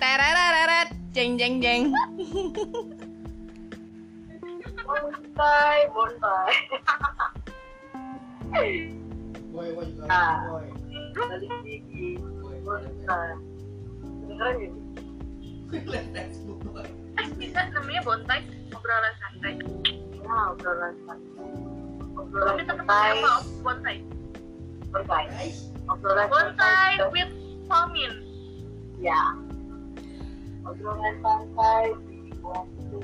Tereret, jeng jeng jeng. Bontai. Boy juga boy. Balik gigi. Bontai. Beneran ya? Lihat Facebook boy. Bisa namanya bontai, obrolan santai. Nah, obrolan santai. Kami tetap nama bontai. Bontai. Obrolan Bontai santai. with Pomin. Ya. Obrolan santai di waktu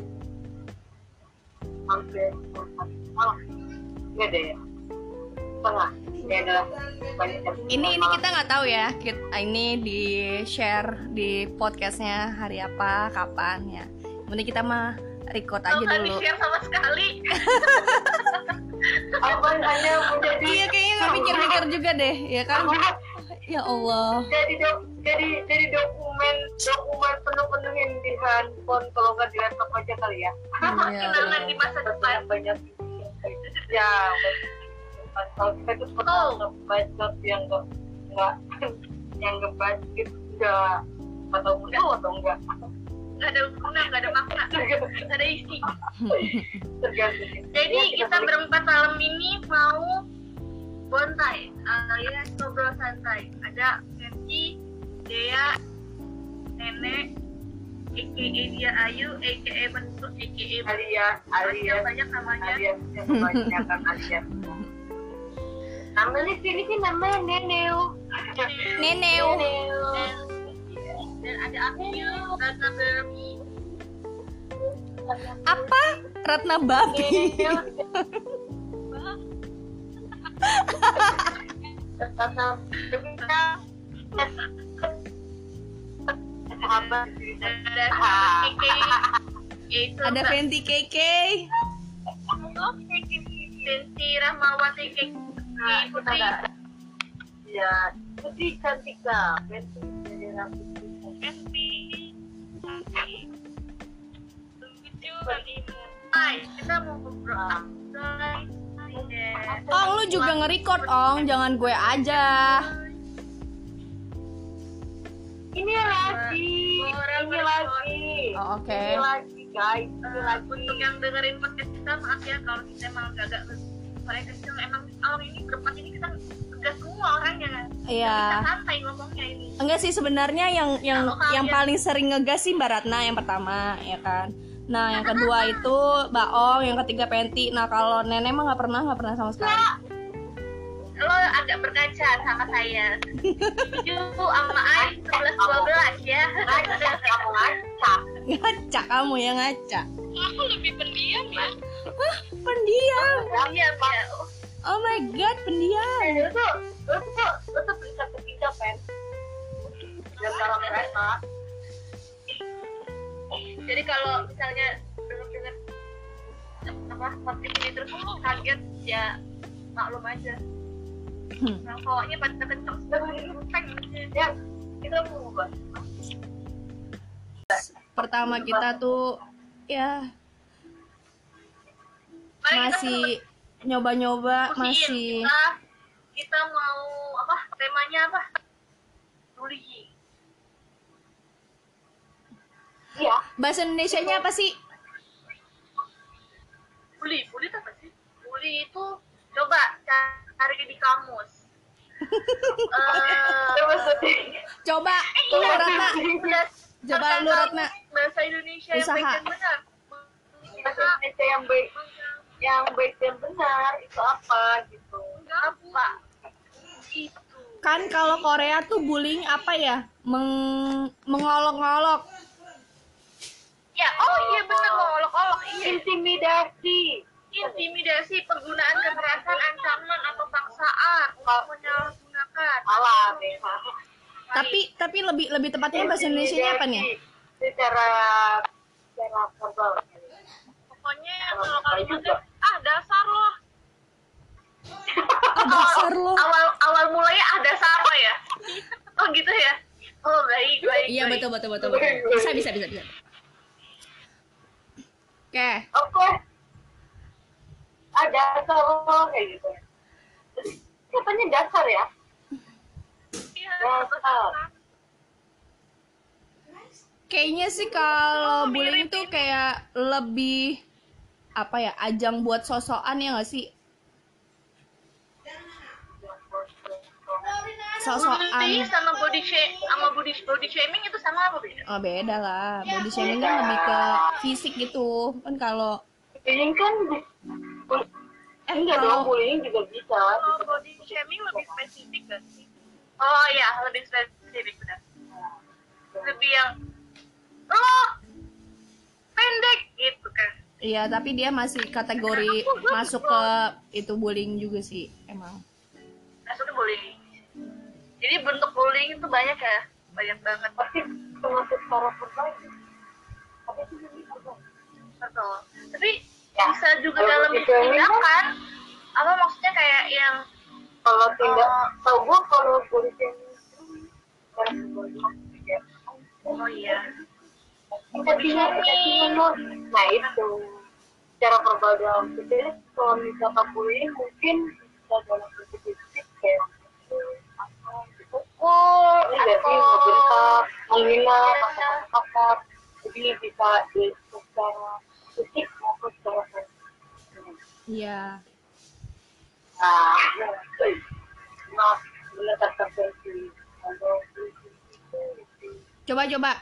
hampir 4 malam. Iya deh ya. Setengah. Ini adalah banyak jam. Ini kita nggak tahu ya. Ini di share di podcastnya hari apa, kapan ya. Mending kita mah record aja Nggak dulu. di-share sama sekali. Abang hanya menjadi Iya kayaknya nggak mikir-mikir juga deh, ya kan? Ya Allah. jadi dokumen penuh-penuhin di handphone kalau nggak di laptop aja kali ya. Iya. Kenangan di masa depan. Banyak ya. Kalau kita tuh pernah ngebacot yang nggak yang ngebacot nggak tahu mudah atau enggak. Nggak ada guna, nggak ada makna, nggak ada isi. Tergantung. Jadi kita berempat malam ini mau bontai alias ngobrol santai. Ada Fenty, Dea, Nenek, a.k.a. dia Ayu, a.k.a. Bentuk, a.k.a. alias banyak namanya. alias yang kebanyakan alias. Namanya sini sih namanya Neneu. Neneu. Dan ada Akyu, Ratna Bermi. Apa? Ratna Babi. Ada Fenty KK. Fenty Rahmawati Keke Putri. Ya, Putri Cantika, Fenty Fenty. Lucu kan Imu. Hai, kita mau ngobrol. Hai. Ong, lu juga nge-record, Ong. Jangan gue aja. Ini lagi. Oh, oke. Ini lagi, guys. Ini lagi. Untuk yang dengerin podcast kita, maaf ya kalau kita emang agak suaranya kecil. Emang awal ini berempat ini kita tegas semua orangnya kan. Iya. Kita santai ngomongnya ini. Enggak sih, sebenarnya yang paling sering ngegas sih Mbak Ratna yang pertama, ya kan. Nah, yang kedua itu Mbak Ong, yang ketiga Fenty. Nah, kalau Nenek mah nggak pernah sama sekali. Lo agak berkaca sama saya. 7 sama Ai 11-12 ya. Kamu ngaca. Ngaca kamu ya, ngaca. Aku lebih pendiam ya. Hah, pendiam. Pendiam ya. Oh my god, pendiam. Lu tuh bisa ketiga, Pen. Dan kalau mereka Jadi kalau misalnya dengar apa topik ini terus kaget ya maklum aja. Nah, pokoknya pada kenceng ya kita mau ubah. Pertama kita tuh ya masih nyoba-nyoba, masih kita mau apa temanya apa? Bullying. Iya. bahasa Indonesianya apa sih? Bully itu apa sih? Bully itu coba cari di kamus. Coba lu Ratna. Coba lu Ratna. Bahasa Indonesia yang Usaha. baik dan benar. Bahasa Indonesia yang baik dan benar itu apa gitu? Apa? Itu. Kan kalau Korea tuh bullying apa ya? Mengolok-olok. Ya, oh iya benar ngolok-olok. Iya. Intimidasi, penggunaan kekerasan, ancaman atau paksaan untuk menyalahgunakan. Salah deh. Tapi lebih tepatnya bahasa Indonesianya apa nih? Secara verbal. Pokoknya kalau kalimatnya dasar lo. Dasar lo. Awal mulanya dasar lo ya. Oh gitu ya. Oh baik. Iya betul. Bisa. Oke. Ada dasar kayak gitu. Katanya dasar ya? Iya. Dasar. Kayaknya sih kalau bullying tuh kayak lebih apa ya, ajang buat sosokan ya nggak sih? Sosokan. Bullying sama body shaming itu sama apa beda? Oh beda lah, body shaming kan lebih ke fisik gitu kan. Kalau Bullying kan enggak dong, bullying juga bisa. Kalau body shaming lebih spesifik gak sih? Oh iya, lebih spesifik benar. Lebih yang pendek gitu kan. iya, tapi dia masih kategori masuk ke itu bullying juga sih emang. Maksudnya bullying. Jadi bentuk bullying itu banyak ya, banyak banget. Pasti termasuk cara berbaik. Tapi itu juga bisa. Betul. Tapi Ya, bisa juga kalau dalam body shaming tindakan. Apa maksudnya kayak yang Kalau tidak, tahu gue kalau bullying ya. oh iya. Nah itu cara verbal dalam jadi kalau misalkan bullying mungkin bisa dalam fisik kayak pukul, jadi ngebentak, menghina, kata-kata, jadi bisa secara fisik maupun secara Iya. nah benar tertentu. Coba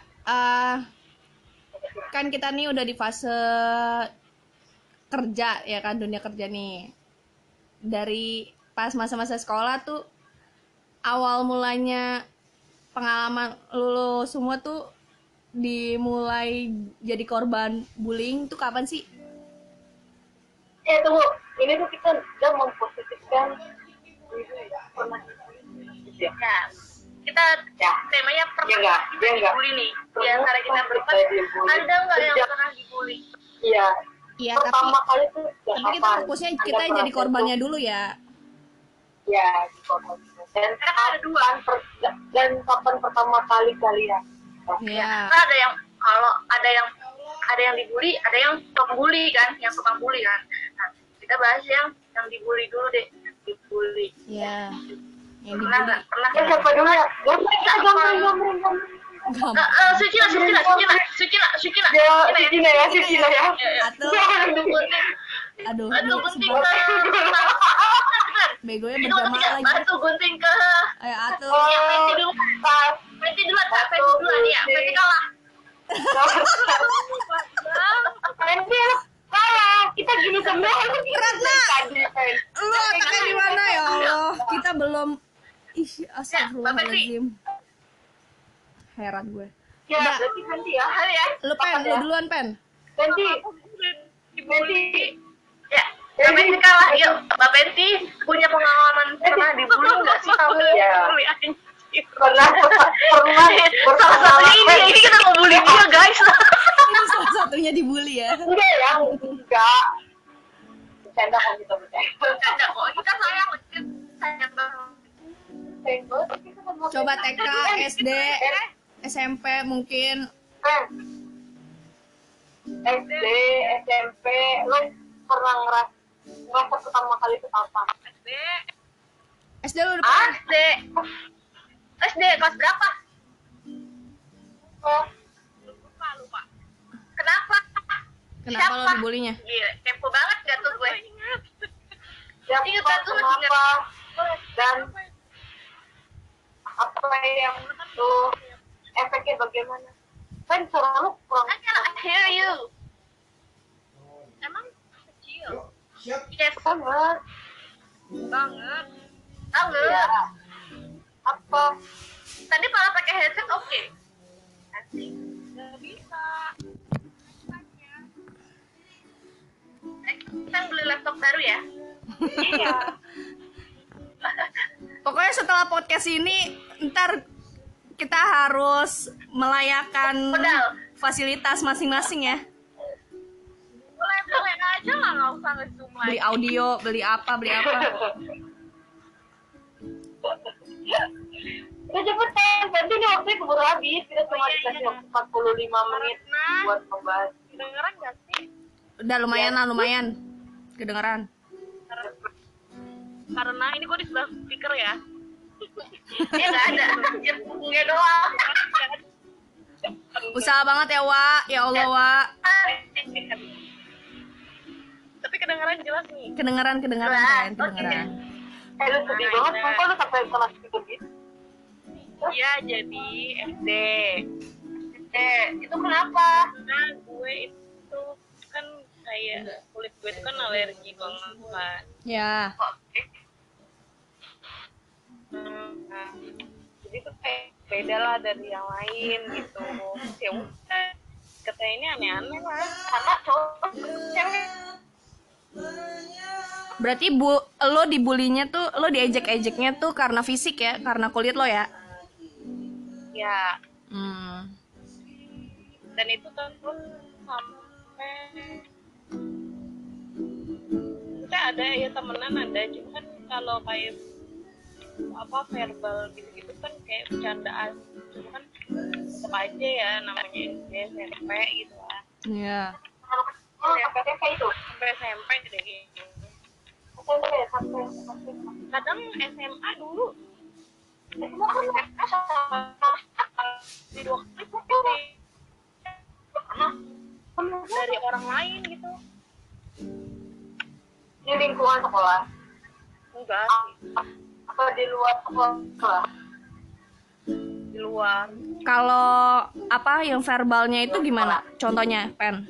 kan kita nih udah di fase kerja ya kan, dunia kerja nih. Dari pas masa-masa sekolah tuh awal mulanya pengalaman lu semua tuh dimulai jadi korban bullying tuh kapan sih? Tunggu, ini tuh kita udah mempositifkan pernah Ya, kita temanya pernah dibully nih. Di antara kita berempat, ada nggak yang pernah dibully? Iya. Iya, Pertama kali tuh tapi kita fokusnya kita jadi korbannya dulu ya. Ya, di korban. Dan Karena ada dua. Dan kapan pertama kali kalian? Iya. Kan ada yang kalau ada yang dibully, ada yang tukang bully kan, yang tukang bully kan. Nah, kita bahas yang dibully dulu deh, dibully. Iya. Yang Pernah dibully. pernah. Siapa dulu ya? Gambar. Gampang. Sucina. Sucina ya. Aduh, Aduh, gunting sebab ke. begonya Itu berjamaah lagi. Aduh, gunting ke. Ayo atuh. Ya, Penti dulu, ya. Penti kalah. Nanti kalah. Kita gini semua. Ratna, lu otaknya di mana ya Allah? Kita belum. Ih, astagfirullahaladzim. Heran gue. Ya, Udah. berarti nanti ya. Hal ya. Lu duluan pen. Nanti. Ya, Mbak Penti kalah. Yuk, Mbak Penti punya pengalaman pernah dibully nggak sih kamu? Ya. Bully anjir. Pernah Salah satunya ini kita mau bully dia guys. Ini salah satunya dibully ya. enggak ya, enggak. Bercanda kok kita bercanda. Bercanda kok, kita sayang banget. Coba TK, SD, SMP mungkin. SD, SMP, lo pernah ngerasa pertama kali itu apa? SD lu udah SD kelas berapa? Lupa. Kenapa Kenapa lo dibulinya? Gila, kepo banget gak tuh gue? Siapa, Ingat gak tuh? kenapa, dan apa yang tuh efeknya bagaimana? Kan suara lu kurang. I cannot hear you. Emang kecil? Siap. Yes, Banget. banget. Ya. Apa? Tadi malah pakai headset oke. Asik. Gak bisa. Kita beli laptop baru ya? Iya. Pokoknya setelah podcast ini ntar kita harus melayakan Pedal. fasilitas masing-masing ya. Boleh aja lah, nggak usah nge-zoom Beli lagi. audio, beli apa. Udah cepetan, nanti nih waktunya keburu habis. Kita cuma dikasih waktu 45 menit buat membahas. Dengeran nggak sih? Udah lumayan. Kedengeran. Karena ini gue di sebelah speaker ya. Ya nggak ada, punggungnya doang. Usaha banget ya, Wak. Ya Allah, Wak. Tapi kedengeran jelas nih. Kedengeran, Pen, kedengeran. Lu sedih banget, kenapa lu sampai kelas gitu gitu? Iya, jadi SD. Itu kenapa? Nah, gue itu kan kayak kulit gue itu kan alergi banget kan. Ya. Nah, jadi tuh kayak beda lah dari yang lain gitu. Ya udah, katanya ini aneh-aneh lah. Karena cowok cewek. Berarti lo dibulinya tuh, lo diejek-ejeknya tuh karena fisik ya, karena kulit lo ya? Ya, Hmm. dan itu terus sampai kita ada ya temenan ada, cuman kalau kayak apa verbal gitu-gitu kan kayak bercandaan, cuma kan tetap aja ya namanya SD SMP gitu lah. Iya. Sampai SMP itu. Sampai SMP deh gitu. Sampai Kadang SMA dulu di dua kali dari orang lain gitu. di lingkungan sekolah. Enggak Apa di luar sekolah? di luar. Kalau apa yang verbalnya itu gimana? Contohnya, Pen.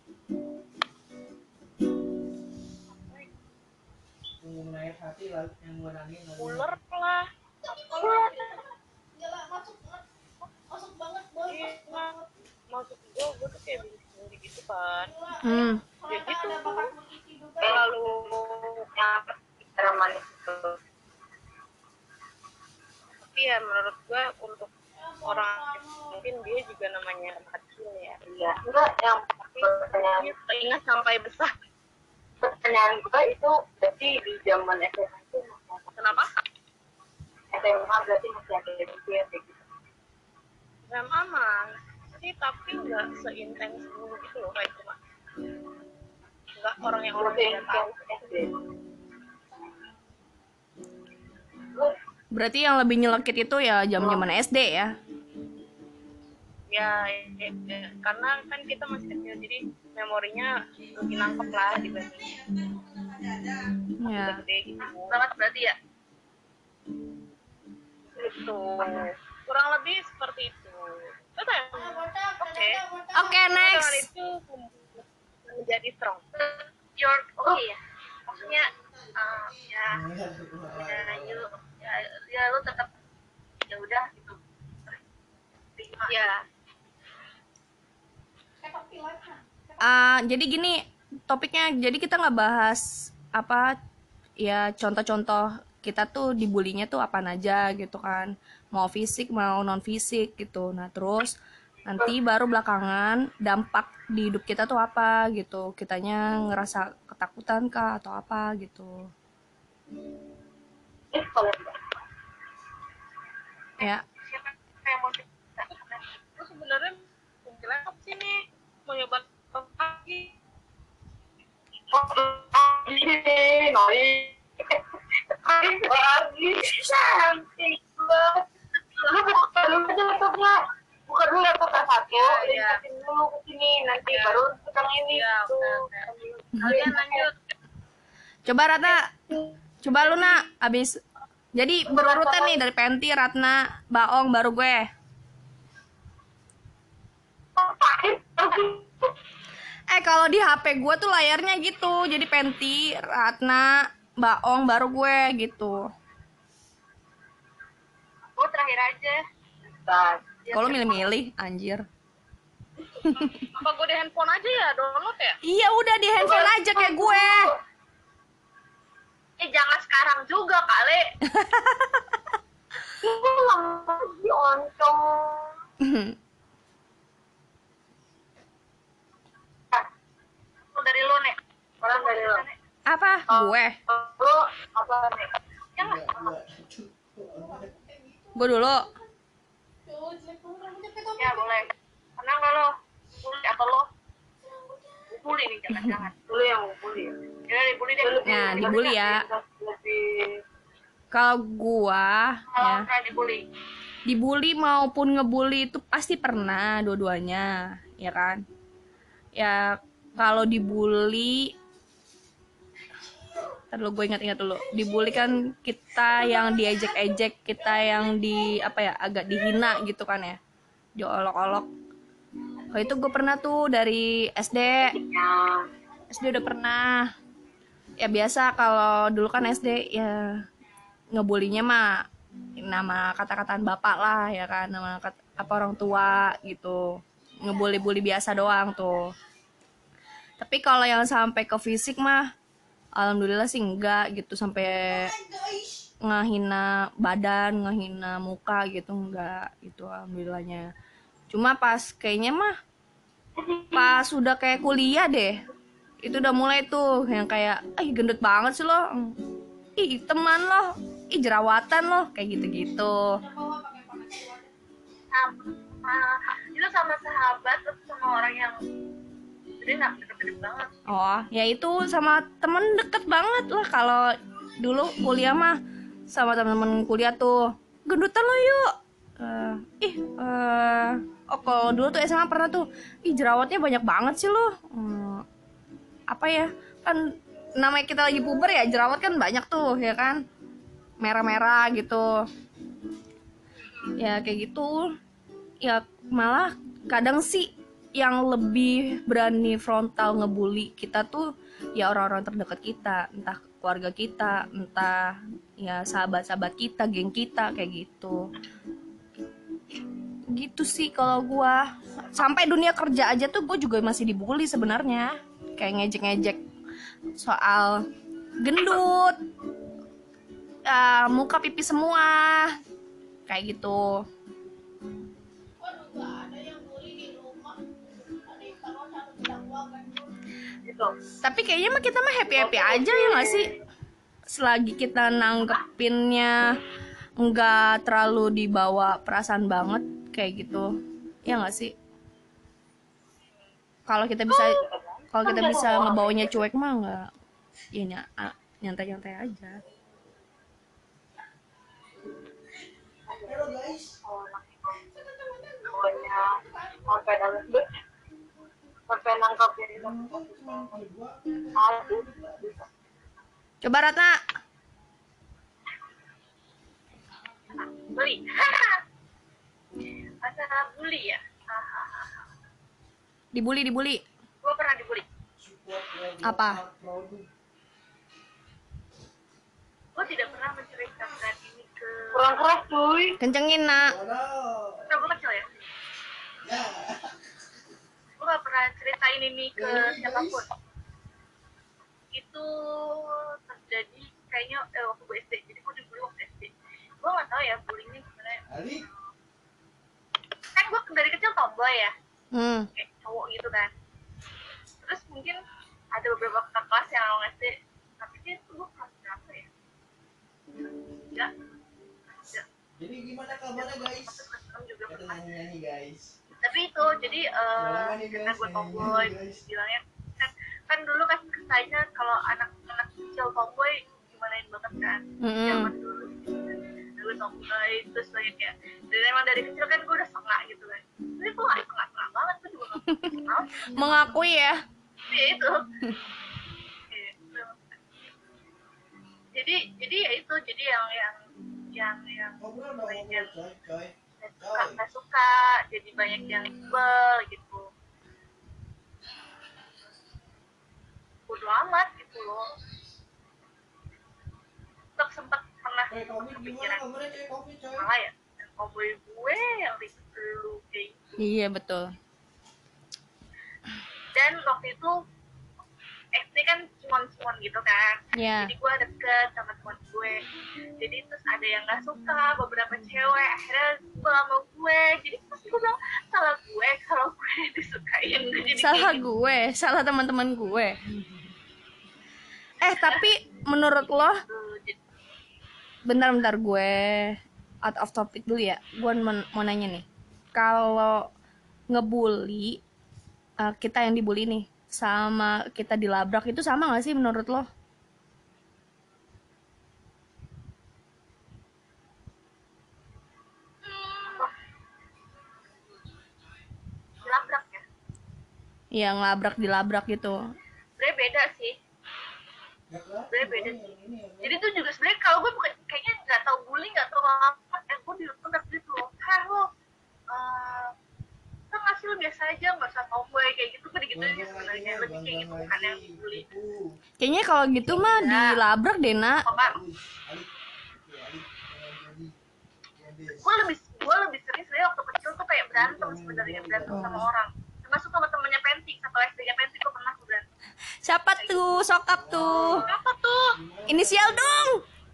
Mengenai hati lah yang gue nangis. Ular lah apalah. Maksud gue tuh kayak bingung gitu kan. Ya gitu terlalu Cara manis itu. tapi ya menurut gue untuk orang mungkin dia juga namanya kecil ya. Iya. Enggak, yang pertanyaan Dia teringat sampai besar. gue itu berarti di zaman SMA itu Kenapa? SMA berarti masih ada gitu ya kayak gitu. SMA mah sih tapi nggak seintens dulu gitu loh kayak cuma nggak orang yang Kalau tidak tahu. SD. Berarti yang lebih nyelekit itu ya zaman-zaman SD ya? Ya, karena kan kita masih kecil jadi memorinya lebih nangkep lah dibanding Ya. gede gitu banget berarti ya itu kurang lebih seperti itu. Betul. Oke. Oke, next. Dengan itu menjadi strong. Your oke ya. Maksudnya ya ya lu tetap ya udah gitu. Ya. Jadi gini topiknya, jadi kita nggak bahas apa ya contoh-contoh kita tuh dibulinya tuh apa aja gitu kan, mau fisik mau non fisik gitu. Nah terus nanti baru belakangan dampak di hidup kita tuh apa gitu, kitanya ngerasa ketakutan kah atau apa gitu Kalau ya. Siapa yang mau cerita? Lu sebenarnya mungkin apa sih nih mau nyoba lagi? lagi cantik banget. Lu aja laptopnya, buka dulu laptop satu, liatin dulu ke sini, nanti baru sekarang ini. Kalian lanjut. Coba Ratna, coba lu nak abis. Jadi berurutan nih dari Penti, Ratna, Baong, baru gue. Kalau di HP gue tuh layarnya gitu, jadi Penti, Ratna, Baong, baru gue gitu. Gue terakhir aja. Kalau milih-milih, anjir. Apa gue di handphone aja ya download ya? Iya udah di handphone aja kayak gue. Jangan sekarang juga kali. Itu lama di oncom. Dari lo nih. Orang dari lo. Apa? Gue. Lo apa nih? Jangan. Gue dulu. Ya boleh. Karena kalau bully atau lo bully nih jangan-jangan. Lo yang mau bully ya? Ya dibully deh. Nah, dibully ya. Lebih Kalau gua Kalau ya, pernah dibully. dibully maupun ngebully itu pasti pernah dua-duanya, ya kan? Ya kalau dibully, ntar dulu gue ingat-ingat dulu. Dibully kan kita yang diejek-ejek, kita yang agak dihina gitu kan ya, diolok-olok. Kalau itu gue pernah tuh dari SD. SD udah pernah. Ya biasa kalau dulu kan SD ya ngebulinya mah nama kata-kataan bapak lah ya kan, nama orang tua gitu, ngebully-bully biasa doang tuh. Tapi kalau yang sampai ke fisik mah alhamdulillah sih enggak gitu, sampai ngehina badan, ngehina muka gitu enggak gitu, alhamdulillahnya. Cuma kayaknya mah pas udah kayak kuliah deh, itu udah mulai tuh yang kayak gendut banget sih lo, teman lo, jerawatan lo, kayak gitu-gitu. Itu sama sahabat atau sama orang yang jadi nggak deket-deket banget? Oh, ya itu sama temen deket banget lah. Kalau dulu kuliah mah sama temen-temen kuliah tuh, gendutan lo yuk. Kalau dulu tuh SMA pernah tuh, jerawatnya banyak banget sih lo. Apa ya? Kan namanya kita lagi puber ya, jerawat kan banyak tuh, ya kan? Merah-merah gitu. Ya kayak gitu. Ya malah kadang sih yang lebih berani frontal ngebully kita tuh ya orang-orang terdekat kita, entah keluarga kita, entah ya sahabat-sahabat kita, geng kita, kayak gitu. Gitu sih kalau gua. Sampai dunia kerja aja tuh gue juga masih dibully sebenarnya, kayak ngejek-ngejek soal gendut, muka pipi semua, kayak gitu. Tapi kayaknya mah kita mah happy aja ya nggak sih, selagi kita nanggepinnya nggak terlalu dibawa perasaan banget kayak gitu, ya nggak sih? Kalau kita bisa ngebawanya cuek mah nggak, ya nyantai-nyantai aja. Halo guys. Sampai nangkapin itu. Coba Ratna. Bully. Masalah bully ya. Dibully. Gue pernah dibully. Apa? Gue tidak pernah menceritakan ini ke. Kurang keras cuy. Kencengin nak. Udah gue kecil ya. Gue gak pernah ceritain ini ke siapapun. Itu terjadi kayaknya waktu gue SD. Jadi gue dibully waktu SD. Gue gak tahu ya bullyingnya gimana. Kan gue dari kecil tomboy ya, kayak cowok gitu kan. Terus mungkin ada beberapa kakak kelas yang awal SD, tapi dia tuh gue kelas berapa ya? Enggak. Jadi gimana kabarnya guys? Juga Kita pernah. nyanyi guys. Tapi itu jadi karena gue tomboy, bilangnya kan dulu kan kesannya kalau anak-anak kecil tomboy gimanain banget kan. Zaman dulu gue tomboy, terus banyak ya. Dan emang dari kecil kan gue udah sengak gitu kan. Tapi gue gak sengak banget, gue juga gak kenal. Mengakui ya. Ya itu. Jadi ya itu, jadi yang banyak nggak suka, jadi banyak yang sebel gitu. Bodo amat gitu loh. Tetap sempat pernah kepikiran malah ya yang cowboy gue yang ribet lu kayak gitu. Iya betul. Dan waktu itu SD kan cuman gitu kan. Yeah. Jadi gue deket sama teman gue. Jadi terus ada yang nggak suka, beberapa cewek akhirnya sebel sama gue. Jadi pas gue bilang salah gue kalau gue disukain. Jadi Salah gue, salah teman-teman gue. Tapi menurut lo, bentar gue out of topic dulu ya. Gue mau nanya nih, kalau ngebully, kita yang dibully nih sama kita dilabrak itu sama nggak sih menurut lo? Yang labrak dilabrak gitu. Sebenarnya beda sih. Sebenarnya beda sih. Jadi tuh juga sebenarnya kalau gue bukan kayaknya nggak tahu bully, nggak tahu apa, gue diutuk gitu loh. Lo kan ngasih lo biasa aja, nggak usah tomboy kayak gitu. Gue digituin sebenarnya lebih kayak gitu, bukan yang bully. Kayaknya kalau gitu mah dilabrak deh, Nak. Gue lebih sering sebenarnya waktu kecil tuh kayak berantem sebenarnya, berantem sama orang. Termasuk sama temennya Penti, satu SD-nya Penti tuh pernah gue berantem. Siapa tuh? Sokap tuh. Apa tuh? Inisial dong.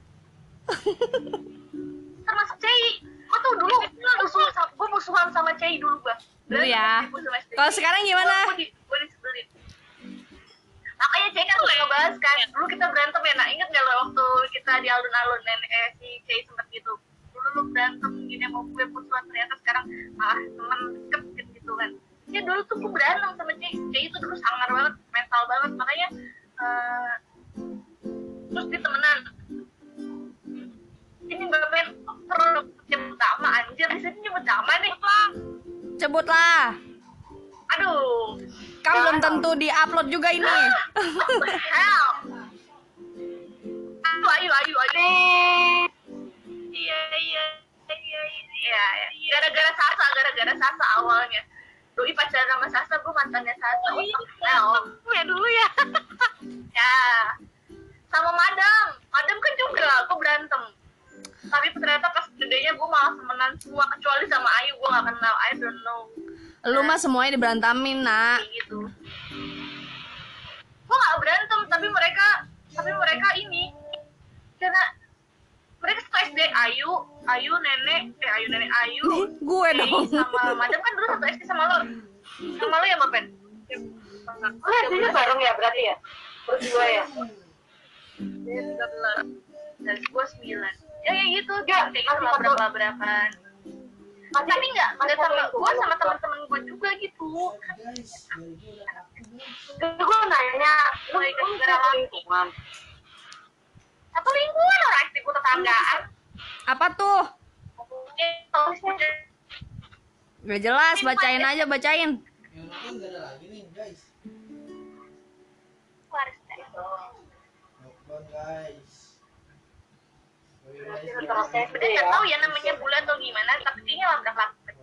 Termasuk Cei. Gue tuh dulu gue musuhan sama Cei dulu gue. Dulu ya. Kalau sekarang gimana? Gue disebelin. Makanya Cei kan suka ngebahas kan. Dulu kita berantem ya, Nak. Ingat gak lo waktu kita di alun-alun si Cei sempet gitu. Dulu lu berantem gini mau gue musuhan, ternyata sekarang malah temen deket gitu kan. Ya dulu tuh gue berantem sama Cei. Cei itu dulu sangar banget, mental banget. Makanya terus di temenan. Ini Bapak perlu nyebut nama, anjir di sini nyebut nama nih. Sebutlah. Aduh. Kan belum tentu di-upload juga ini. Hell. Ayo. Iya. Gara-gara Sasa awalnya. Doi pacaran sama Sasa, gue mantannya Sasa. Oh ya dulu ya. Ya. Sama Madam kan juga gue berantem. Tapi ternyata pas gedenya gue malah temenan semua kecuali sama Ayu, gue gak kenal. I don't know. Lu mah semuanya diberantamin, Nak. Gitu. Gue gak berantem, tapi mereka ini karena mereka satu SD. Ayu nenek Gue dong. sama Madam kan dulu satu SD sama lo ya Mbak Pen? SD-nya bareng ya berarti ya? Berdua ya? Dia 13 dan gue 9 ya kayak gitu kayak gitu labrak-labrakan. Tapi nggak sama gue, sama teman-teman gue juga gitu. Gue nanya lu gara-gara lingkungan atau lingkungan orang SD gue tetanggaan. Apa tuh? Gak jelas, bacain aja. Yang nonton gak ada lagi nih guys. Nonton guys. Sebenarnya nggak tahu ya namanya bulan atau gimana, tapi kayaknya labrak-labrak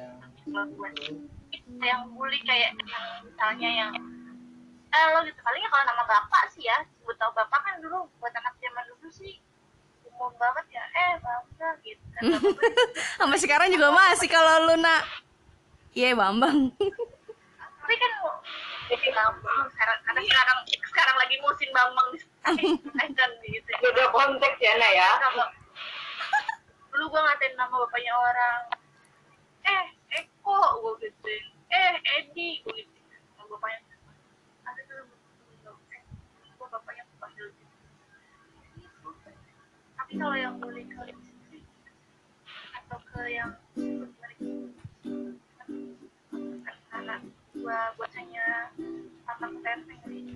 yang bully kayak misalnya yang lo gitu. Palingnya kalau nama bapak sih ya, sebut tau bapak kan dulu buat anak zaman dulu sih umum banget ya, Bambang gitu kan. Sampai sekarang juga masih kalau lu, Nak. Iya, Bambang. Tapi kan jadi Bambang sekarang lagi musim Bambang di kan gitu. Beda konteks ya, Nak ya. Dulu gue ngatain nama bapaknya orang. Eko gue gituin. Edi gue gituin. Nama bapaknya ada dulu gue bapaknya panggil gitu. Tapi kalau yang boleh ke atau ke yang anak gue tanya apa tenteng gitu.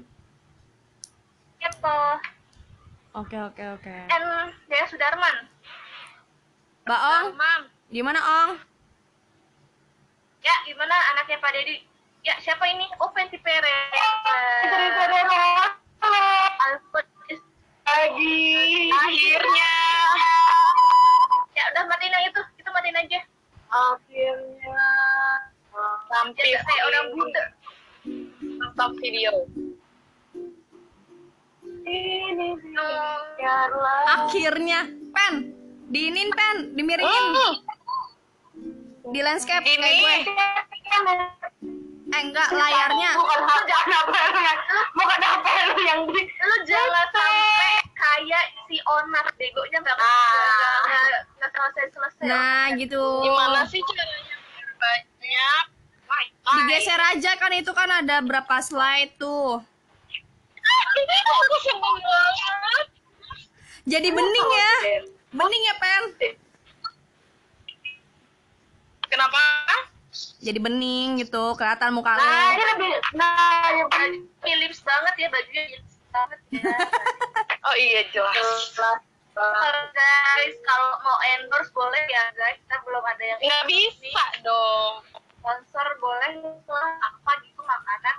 Oke. Dea Sudarman. Mbak Ong, gimana Ong? Ya, gimana anaknya Pak Dedi? Ya, siapa ini? Oh, Penti Perez. Alfred lagi. Akhirnya. Ya, udah matiin yang itu matiin aja. Akhirnya. Sampai kayak orang Buddha. Stop video. Ini Akhirnya, Pen, diinin Pen, dimiringin. Di landscape kayak gue. Enggak, layarnya. Bukan apa lu yang beli. Lu jangan sampai kayak si Onat, begonya nggak selesai. Nah, gitu. Gimana sih caranya banyak? Digeser aja kan, itu kan ada berapa slide tuh. Aku seneng banget. Jadi bening ya. Bening ya, Pen. Kenapa? Jadi bening gitu, kelihatan muka lu. Nah, ini lebih Philips banget ya, bajunya Philips banget ya. Oh iya jelas. Guys, kalau mau endorse boleh ya guys, kita belum ada yang Nggak bisa dong. sponsor boleh lah, apa gitu makanan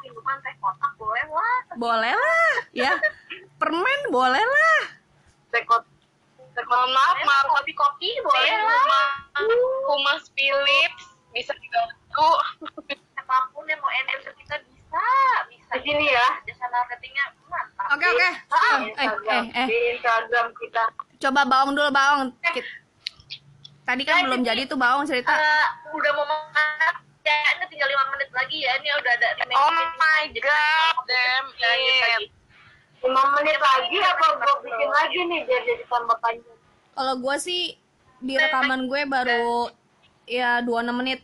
boleh lah ya, permen boleh lah. Mohon maaf, kopi boleh lah. Humas Philips bisa dibantu. Apapun yang mau endorse kita bisa di sini ya. Jasa marketingnya mantap. Oke. Di Instagram kita. Coba Baong dulu, Baong. Tadi kan belum jadi tuh Baong cerita. Udah mau makan ya, ini tinggal 5 menit lagi ya. Ini udah ada di Oh my god, damn it. 5 menit lagi apa gue bikin lagi nih biar jadi tambah panjang. Kalau gue sih di rekaman gue baru ya 26 menit.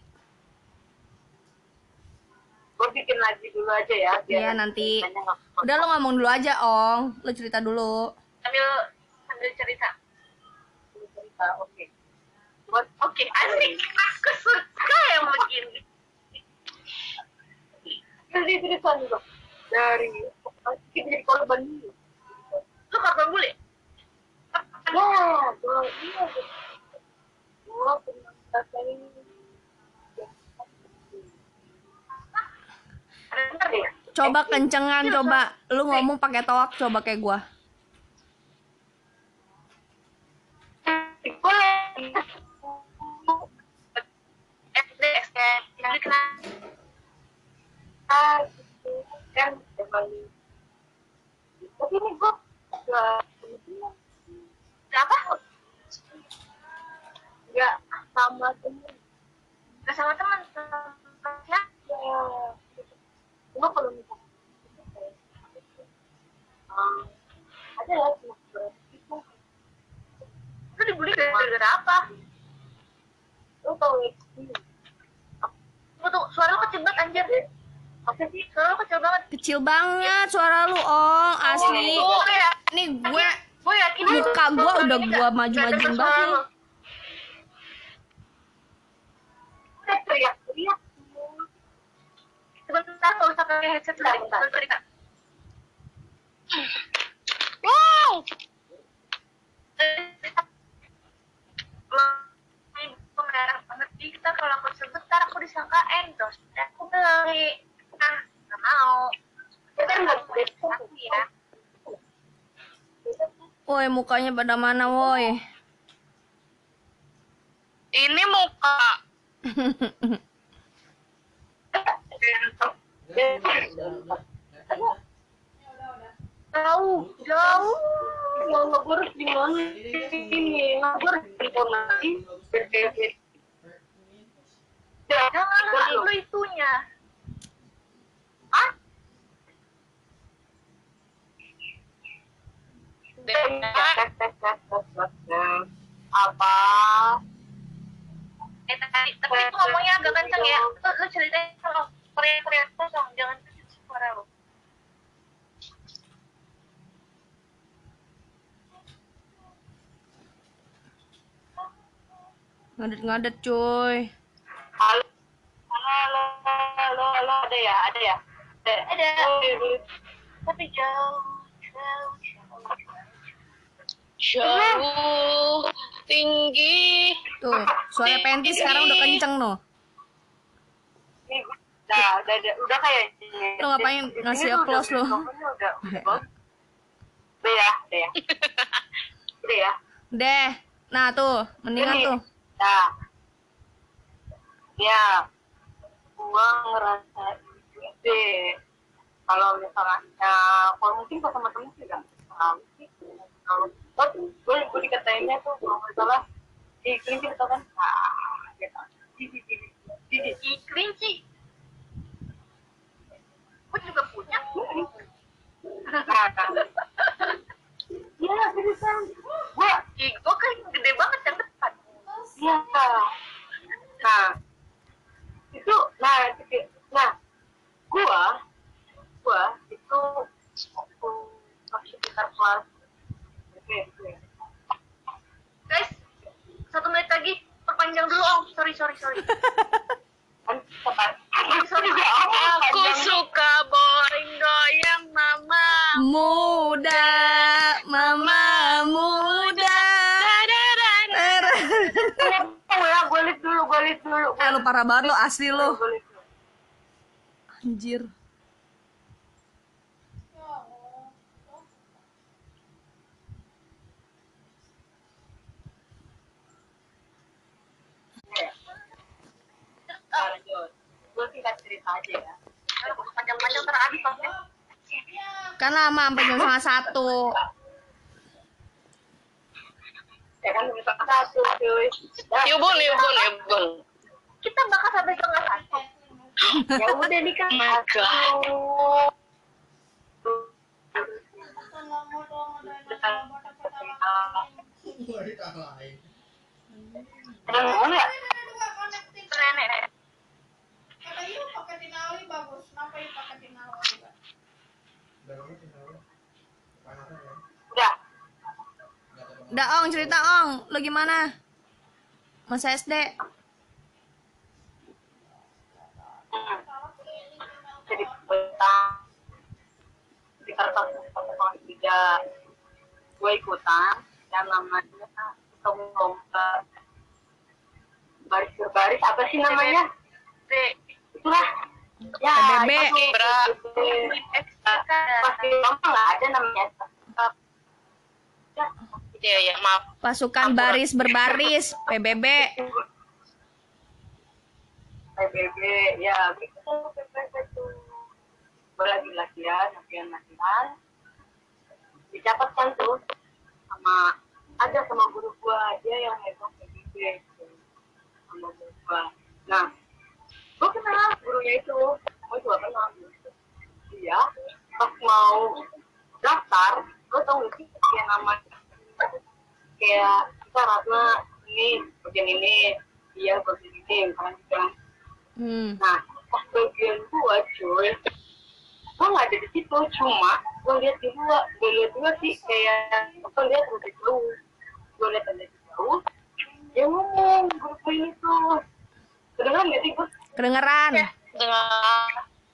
Gue bikin lagi dulu aja ya. Iya nanti. Udah lo ngomong dulu aja, Ong. Lo cerita dulu. Sambil cerita. Oke. Oke, asik. Aku suka yang begini. Jadi cerita juga. Dari jadi korban dulu. Lu korban bule? Ya, iya. Gua pernah rasain. Coba kencengan, coba lu ngomong pakai toak, coba kayak gua. Tapi ini gua apa? Nggak sama temen. Nggak sama temen. Ya. Cuma kalau misalnya ada lah cuma itu. Lu dibully gara-gara apa? Lu tau itu? Lu tuh suara lu kecil banget anjir. Apa sih? Suara lu kecil banget. Kecil banget suara lu, Ong, asli. Nih Gue yakin muka gua udah gua maju-majuin banget nih. Teriak-teriak. Sebentar, nggak usah pakai headset dulu. Bentar. Wow. Aku merah banget kita kalau aku sebentar aku disangka endorse. Aku beli. Nggak mau. Kita nggak boleh aku ya. Woi, mukanya pada mana, woi? Ini muka. Jauh. Mau ngeburus di mana? Ini ngeburus di mana? Jangan lu itunya. Apa? Tapi itu ngomongnya agak kenceng ya. Lu ceritain kalau Korea kosong, jangan kecil suara lu. Ngadet-ngadet, cuy. Halo, ada ya? Ada. Tapi Jauh, tinggi. Tuh, suara Penti sekarang udah kenceng no. Udah kayak Lu ngapain ngasih applause lu? Udah ya. Deh. Nah, tuh, mendingan tuh. Nah. Ya. Gua ngerasa deh. Kalau misalnya kalau mungkin pas sama temen sih enggak sih. Kalau gue dikatainnya tuh kalau nggak salah di kelinci itu kan di kelinci gue juga punya ya seriusan gue kan gede banget yang depan ya nah itu gue itu sekitar kelas guys, 1 menit lagi perpanjang dulu om. Sorry. Aku suka boing goyang mama Muda, mama muda. Gue liat dulu. Lu parah banget lo, asli lo. Anjir. Panjang-panjang terhabis oke. Kan lama sampai jam 1:30. Ya kan bisa satu cuy. Yubun. Kita bakal sampai setengah 1. Ya udah nih kan. Gua ditalain. Nenek. Kata yuk pakai tinali bagus. Kenapa yuk pakai tinali juga? Udah kamu tinggal. Panasnya ya. Udah. Udah Ong, cerita Ong, lu gimana? Masa SD? Jadi betah di kertas kelas 3 gue ikutan yang namanya ketemu lomba baris berbaris apa sih namanya? Itulah ya PBB. pasti lomba nggak ada namanya. Iya, maaf. Pasukan baris berbaris, PBB. PBB ya gitu PBB tuh gue lagi latihan dicatatkan tuh sama guru gua dia yang hebat PBB gitu. Sama guru gua. Nah gue kenal gurunya itu, gue juga kenal gitu. Dia pas mau daftar gue tau gak sih kayak nama kayak kita Ratna ini bagian ini dia bagian ini misalnya gitu. Nah, pas bagian gua cuy, gua nggak ada di situ, cuma gua lihat juga sih kayak gua lihat dari jauh, dia ngomong guru gua ini tuh, kedengeran nggak sih gua? Kedengeran. Dengan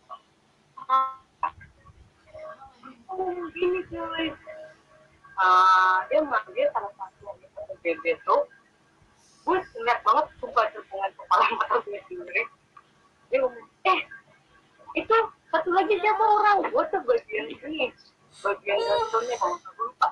Gini cuy, dia manggil salah satu PBB tuh, gue ingat banget sumpah dengan kepala mata gue sendiri. Dia ngomong, itu satu lagi siapa orang? Gue tuh bagian ini, bagian kantornya kalau gue lupa.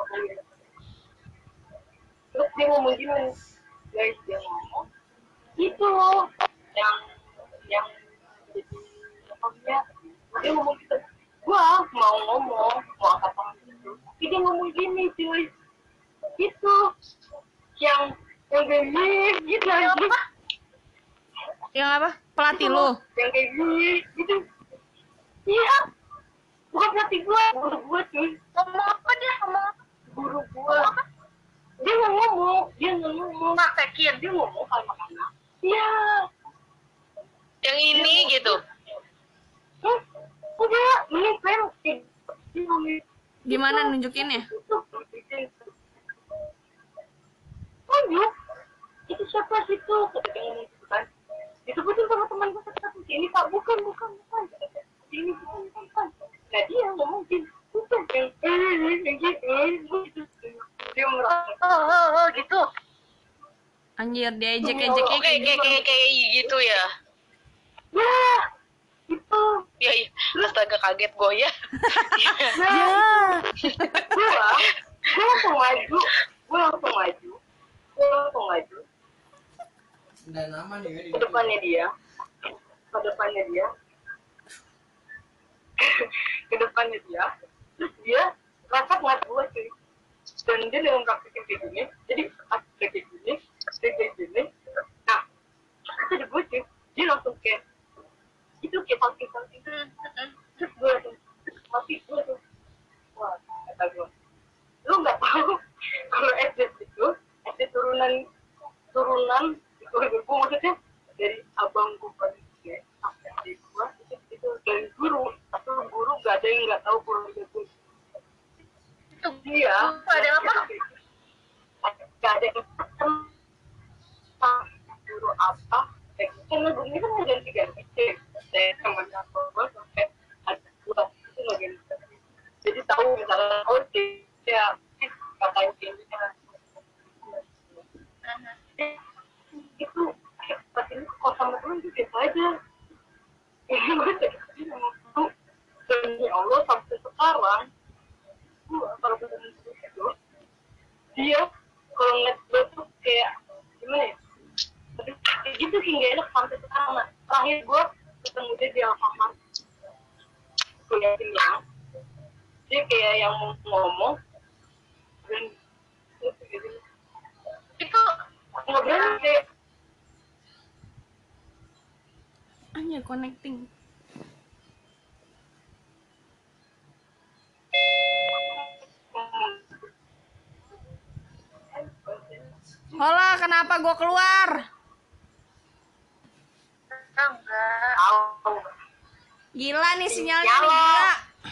Terus dia ngomong gini, guys, dia ngomong, itu loh, yang jadi apa dia ngomong gitu. Gue mau angkat tangan gitu. Dia ngomong gini cuy, itu yang gini gitu apa? Yang apa? Pelatih lu? Yang kayak gini gitu. Iya, bukan pelatih gue, guru gue cuy. Ngomong apa dia? Guru gue. Dia nggak ngomong praktekin. Dia ngomong sama anak. Iya. yang ini gitu. Udah, ini penting. Dia ngomong Gimana nunjukinnya? Tunjuk. Itu siapa situ? Kata dia ngomong gitu kan. Disebutin sama teman gue satu. Ini Pak, bukan. Ini bukan. Nah dia ngomong gini, bukan yang gitu. Dia merasa, gitu. Anjir, dia ejek-ejeknya Oh, kayak gitu ya. Ya, itu. Ya, astaga kaget gue ya. Nah, gue langsung maju. Udah nama nih ya di Ke depannya dia. Terus dia rasa ngat gue cuy. Dan dia dengan praktekin kayak gini. Jadi pas dia kayak gini. Nah, itu di gue cuy. Dia langsung kayak itu kayak salting. Terus gue langsung mati gue tuh. Wah, kata gue. Lu nggak tahu kalau SD itu SD turunan itu maksudnya dari abang gue sampai adik gue itu dari guru gak ada yang nggak tahu keluarga gue itu dia ada apa gak ada yang guru apa karena gurunya kan nggak ganti dari temannya gue sampai ada gue itu nggak ganti jadi tahu misalnya ya katanya ini itu pas ini kok sama temen itu biasa aja ini gue jadi sama itu dan ya Allah sampai sekarang gue kalau ketemu itu dia kalau ngeliat gue tuh kayak gimana ya kayak gitu sih nggak enak sampai sekarang. Nah, terakhir gue ketemu dia di Alfamart, kuliahin ya, dia kayak yang mau ngomong dan itu ngobrol kayak Hanya connecting. Hola, kenapa gue keluar? enggak tahu. Gila nih sinyalnya nih, gila.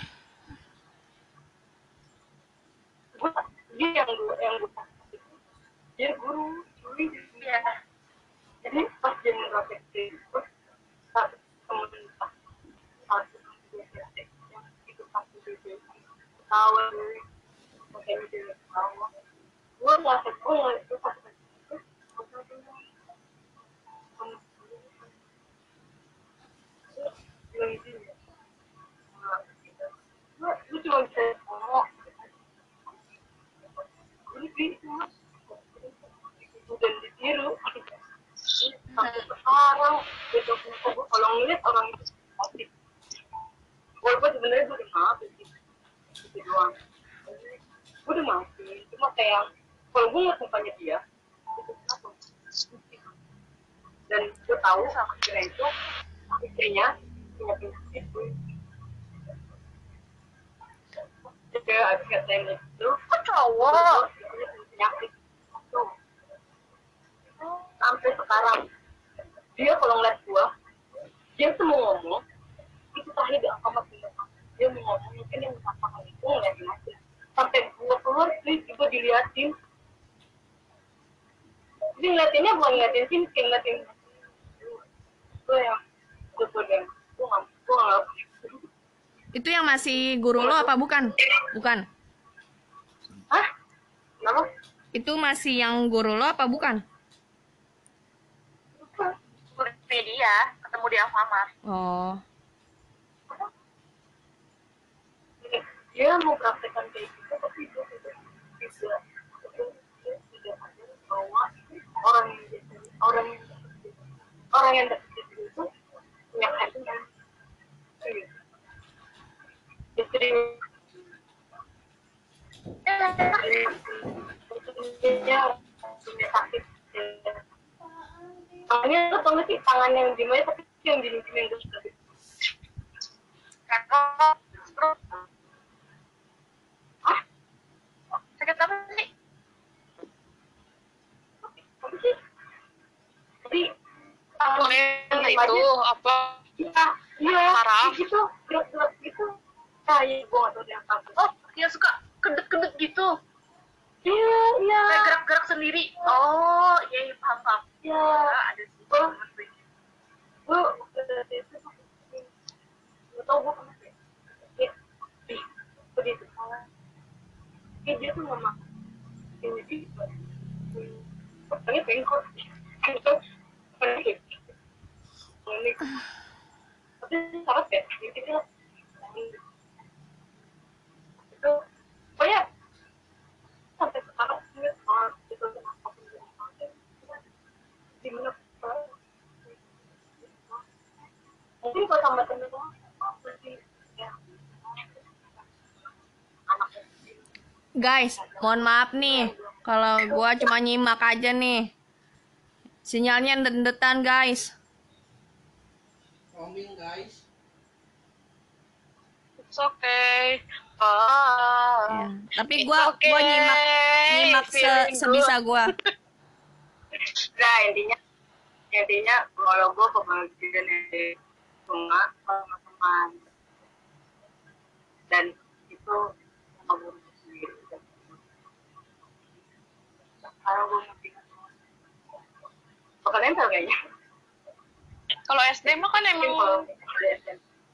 Dia dia guru dia. Jadi pas dia praktek terus satu temen satu yang ikut satu dia tahu makanya dia tahu gue nggak itu pas lu cuma bisa ngomong dan ditiru sampai sekarang besok gue kalau ngeliat orang itu pasti walaupun sebenarnya gue udah maafin sih itu doang gue udah maafin cuma kayak kalau gue ngeliat mukanya dia itu kenapa dan gue tahu sama istrinya punya penyakit jadi abis katanya itu kok cowok punya penyakit tuh sampai sekarang dia kalau ngeliat gua dia tuh mau ngomong itu terakhir di Alfamart dia mau ngomong mungkin yang merasakan itu ngeliatin aja sampai gua keluar please gua diliatin jadi ngeliatinnya bukan ngeliatin sini kayak ngeliatin gua yang gua nggak Itu yang masih guru lo apa bukan? Bukan. hah kenapa Itu masih yang guru lo apa bukan? media ketemu di Alfamart Oh. dia mau praktekkan kayak gitu tapi dia tidak ada bahwa orang yang dekat itu punya hatinya istri dia punya sakit tangannya lo tau gak sih tangan yang dimana tapi yang yang terus sakit apa sih? Apa sih? Jadi itu apa iya, saraf gitu, gerak-gerak gitu. Nah, iya, gue gak tau dia apa. Oh, dia suka kedet-kedet gitu. Iya, iya. Kayak gerak-gerak sendiri. Oh, iya, paham. Iya. Ada sih. Gue gak tau gue kenapa ya. Dia salah. Dia tuh ngomong. Ini orangnya bengkok. Gitu. Ini. Tapi sarap ya. Gitu lah. Itu pokoknya sampai sekarang ingat banget itu apapun yang di mana mungkin kalau sama temen masih ya anaknya Guys, mohon maaf nih. Kalau gua cuma nyimak aja nih. Sinyalnya dendetan, guys. Roaming guys. it's okay Ya. Tapi gua nyimak sebisa gua. nah intinya kalau gue kebagian dari bunga sama teman dan itu sama guru sendiri sekarang gue ngerti bakal nempel kayaknya kalau SD mah kan mungkin emang kalau ada SMP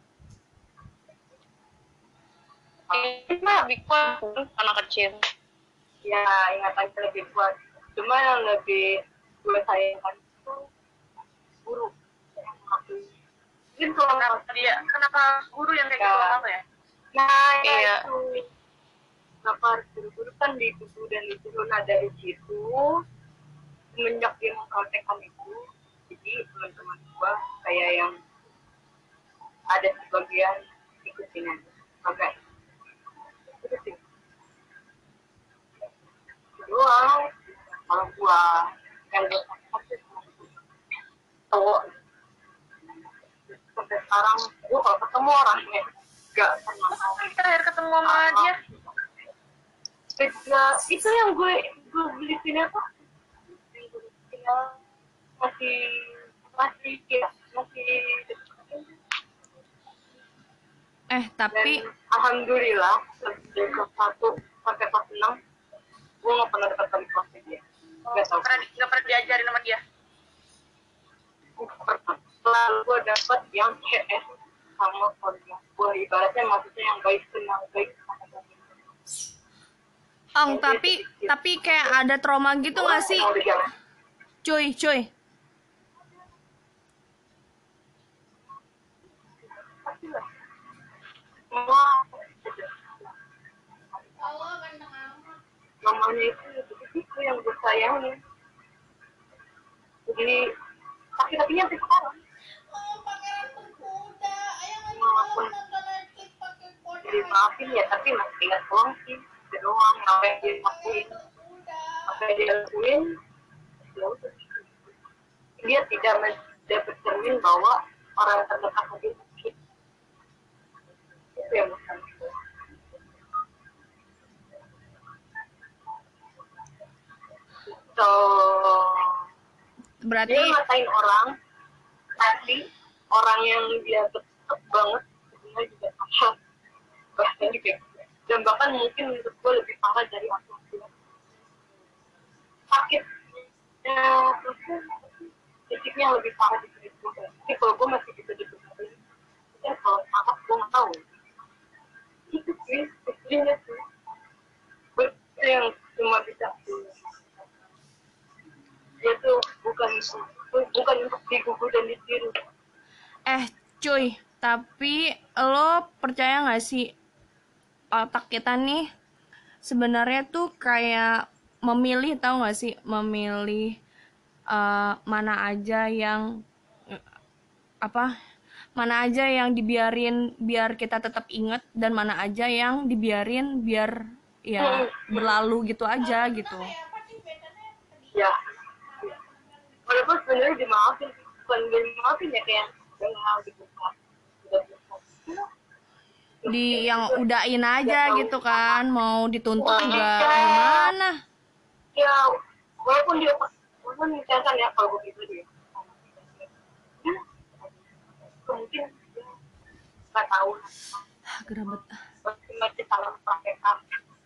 lebih kuat anak kecil ya ingatannya lebih kuat cuma yang lebih gue sayangkan itu guru mungkin kalau kenapa guru yang kayak gitu apa ya nah iya. itu kenapa harus guru-guru kan dituduh dan dituduh nah dari situ semenjak dia mempraktekkan itu jadi teman-teman gue kayak yang ada sebagian ikutin aja. Oke. Ikutin. Doang. Kalau gua yang gue sakit cowok sampai sekarang gua kalau ketemu orangnya gak pernah mau. Terakhir ketemu sama dia Itu yang gue beli sini apa? Masih Tapi dan alhamdulillah dari kelas 1 sampai kelas 6 gue nggak pernah dapat kali kelasnya dia. nggak pernah diajarin sama dia. Selalu gue dapat yang CS sama keluarga gue, ibaratnya maksudnya yang baik kenal baik sama tapi kayak ada trauma gitu nggak sih, cuy? Semua Allah ganteng amat. mamanya itu yang gue sayangin. Jadi tapi-tapinya sampai sekarang. Oh, pangeran berkuda. Ayah nggak malam nonton Netflix pakai kuda. Jadi maafin ya, tapi masih ingat doang sih. Itu doang, apa yang dia lakuin. Berkuda. Apa yang dia lakuin, ya udah. Dia tidak bercermin bahwa orang terdekat dia sakit. Itu yang bukan. So, Berarti dia ngatain orang, tapi orang yang dia deket banget sebenarnya juga sama bahkan juga gitu. Dan bahkan mungkin menurut gue lebih parah dari aku sakit fisiknya lebih parah di diri gue. Jadi kalau gue masih bisa dibenerin, ya kalau sangat gue nggak tahu itu sih istrinya tuh itu yang cuma bisa dia tuh bukan untuk digugur dan ditiru. cuy, tapi lo percaya nggak sih otak kita nih sebenarnya tuh kayak memilih, tahu nggak sih, memilih mana aja yang dibiarin biar kita tetap inget dan mana aja yang dibiarin biar ya berlalu gitu aja gitu. Ya, walaupun sebenarnya dimaafin, bukan dimaafin ya, kayak udah dibuka, di yang udahin aja gitu kan, mau dituntut juga gimana ya. Walaupun misalkan ya kalau begitu dia mungkin nggak tahu gerabet. masih salah praktekkan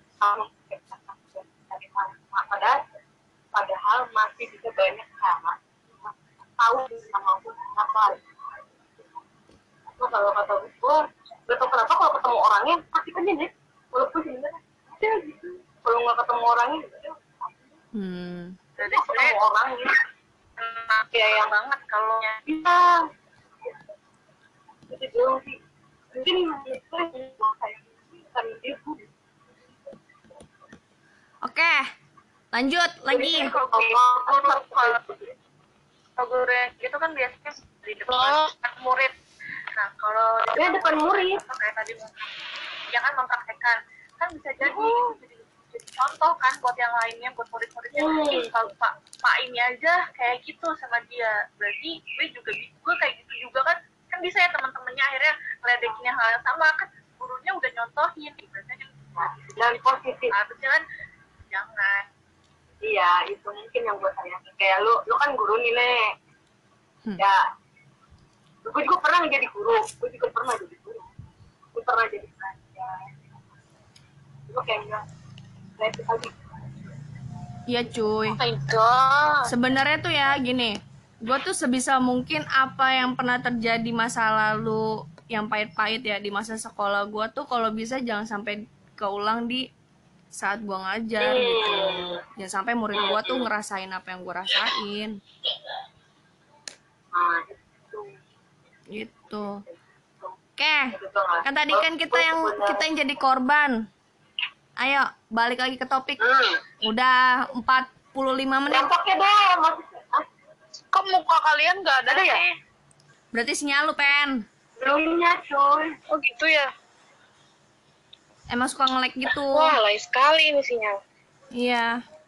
padahal masih bisa banyak cara tahu sama aku apa. Kalau kata gue gak tau kenapa kalau ketemu orangnya pasti kan deh, walaupun sebenarnya ya gitu, kalau nggak ketemu orangnya Jadi ketemu orangnya kayak yang banget kalau bisa itu doang sih. Mungkin itu kayak karena dia Oke, lanjut lagi. kalau guru gitu kan biasanya di depan murid. Nah kalau di depan murid kayak tadi ya kan mempraktekkan kan bisa jadi contoh kan buat yang lainnya, buat murid-muridnya. Kalau pak ini aja kayak gitu sama dia, berarti gue kayak gitu juga kan bisa ya teman-temannya akhirnya ngeledekin hal yang sama kan, gurunya udah nyontohin ibaratnya kan. Dan positif harusnya kan jangan. Iya, itu mungkin yang gue sayangin. Kayak lu kan guru nih, Nek. Ya, gue juga pernah jadi guru. Gue pernah jadi pelajar. Gue kayak enggak. Itu lagi. Iya cuy. Oh my God. Sebenarnya tuh ya gini, gue tuh sebisa mungkin apa yang pernah terjadi masa lalu yang pahit-pahit ya di masa sekolah gue tuh kalau bisa jangan sampai keulang di saat gue ngajar gitu. Jangan sampai murid gue tuh ngerasain apa yang gue rasain. Gitu. Oke, kan tadi kan kita yang jadi korban. Ayo balik lagi ke topik. Udah 45 menit. Oke deh, Kok muka kalian nggak ada ya? sih? Berarti sinyal lu, Pen. Belumnya cuy. Oh gitu ya. Emang suka nge-lag gitu. Wah, lain sekali ini sinyal. Iya.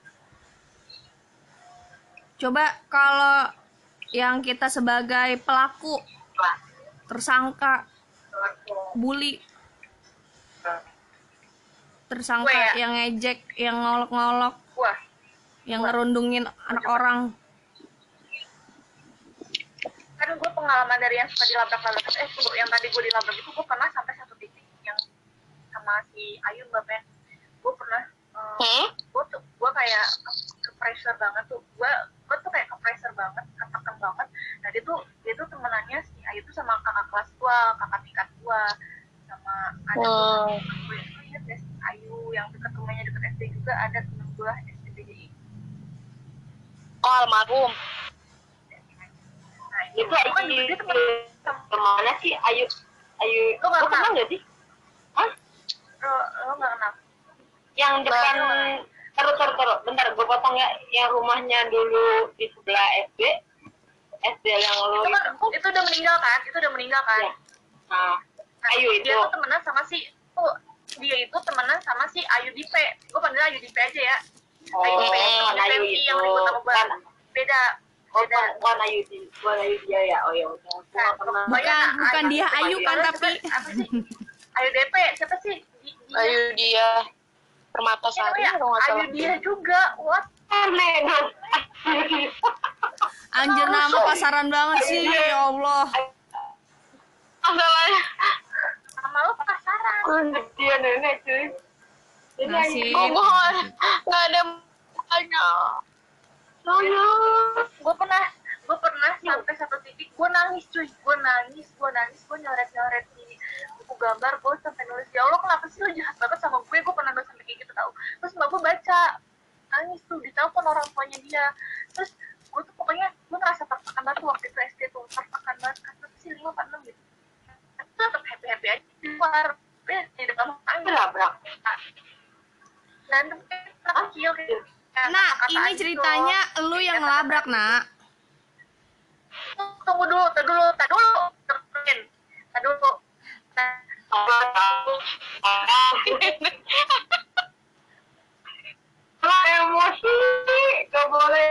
Coba kalau yang kita sebagai pelaku, tersangka, bully, tersangka Gue ya? yang ngejek, yang ngolok-ngolok, Wah, yang ngerundungin anak orang. kan gue pengalaman dari yang suka dilabrak-labrak, tunggu, yang tadi gue dilabrak itu gue pernah sampai satu titik yang sama si Ayu bapaknya, gue pernah gue kayak ke pressure banget tuh, gue tuh kayak ke pressure banget, ketekan banget. Nah dia tuh temenannya si Ayu tuh sama kakak kelas gue, kakak tingkat gue, sama ada tuh gue ingat ya, si Ayu yang deket rumahnya deket SD juga, ada temen gue SD BDI. Oh, almarhum. Nah Itu kan Ayu dia temen kemana sih? Ayu Lo nggak lo kenal kenal? nggak sih? Hah? Lo nggak kenal? Yang depan taruh bentar gue potong ya, yang rumahnya dulu di sebelah SD yang lo Itu udah meninggal kan? ya. Nah, Ayu itu Dia tuh temenan sama dia itu temenan sama si Ayu Dipe. Gue panggil Ayu Dipe aja ya. Ayu Dipe, Ayu Dipe itu yang ribut sama gue. Beda. bukan Ayu dia ya. Oh ya udah. Bukan dia Ayu kan, tapi apa sih? Ayu DP, siapa sih? Ayu dia Permata Sari kalau nggak salah. Ayu dia juga. What? anjir nama pasaran banget sih, ya Allah. Masalahnya Sama lo pasaran. Dia nenek cuy. Ini Nasib. gue nggak ada mukanya. Gue pernah sampai satu titik gue nangis cuy, gue nyoret di buku gambar, gue sampai nulis, ya Allah kenapa sih lo jahat banget sama gue pernah nulis sampai kayak gitu tau. Terus mbak gue baca, nangis tuh, ditelepon orang tuanya dia. Terus gue tuh pokoknya gue ngerasa tertekan banget waktu itu SD tuh, tertekan banget, kan sih 5 apa 6 gitu. Tapi tetap happy aja di luar, di depan tangga labrak. dan tuh kecil kayak Nah, ini ceritanya lu yang ngelabrak, Nak. Tunggu dulu. Emosi, gak boleh.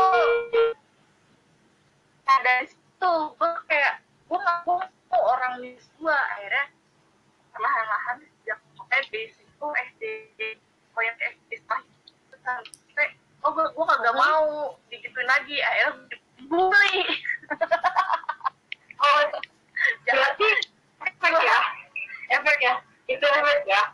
Nah, dari situ gue kayak gue ngaku orang miss gue, akhirnya perlahan-lahan sejak basic itu SD, yang SD sampai gue kagak mau digituin lagi, akhirnya bully. Berarti efek ya itu efek ya